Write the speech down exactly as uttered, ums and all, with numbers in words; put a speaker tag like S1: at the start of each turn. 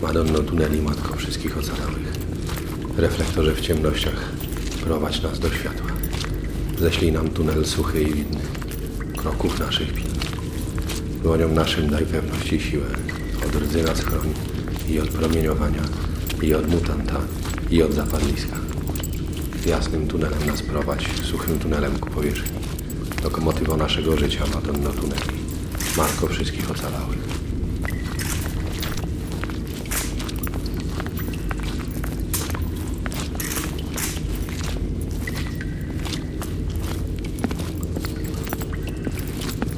S1: Madonno tuneli, Matko wszystkich ocalałych. Reflektorze w ciemnościach, prowadź nas do światła. Ześlij nam tunel suchy i widny, kroków naszych pilny. Dłoniom naszym daj pewność i siłę, od rdzy nas chroń i od promieniowania, i od mutanta, i od zapadliska. Jasnym tunelem nas prowadź, suchym tunelem ku powierzchni. Lokomotywo naszego życia, Madonno tuneli, Matko wszystkich ocalałych.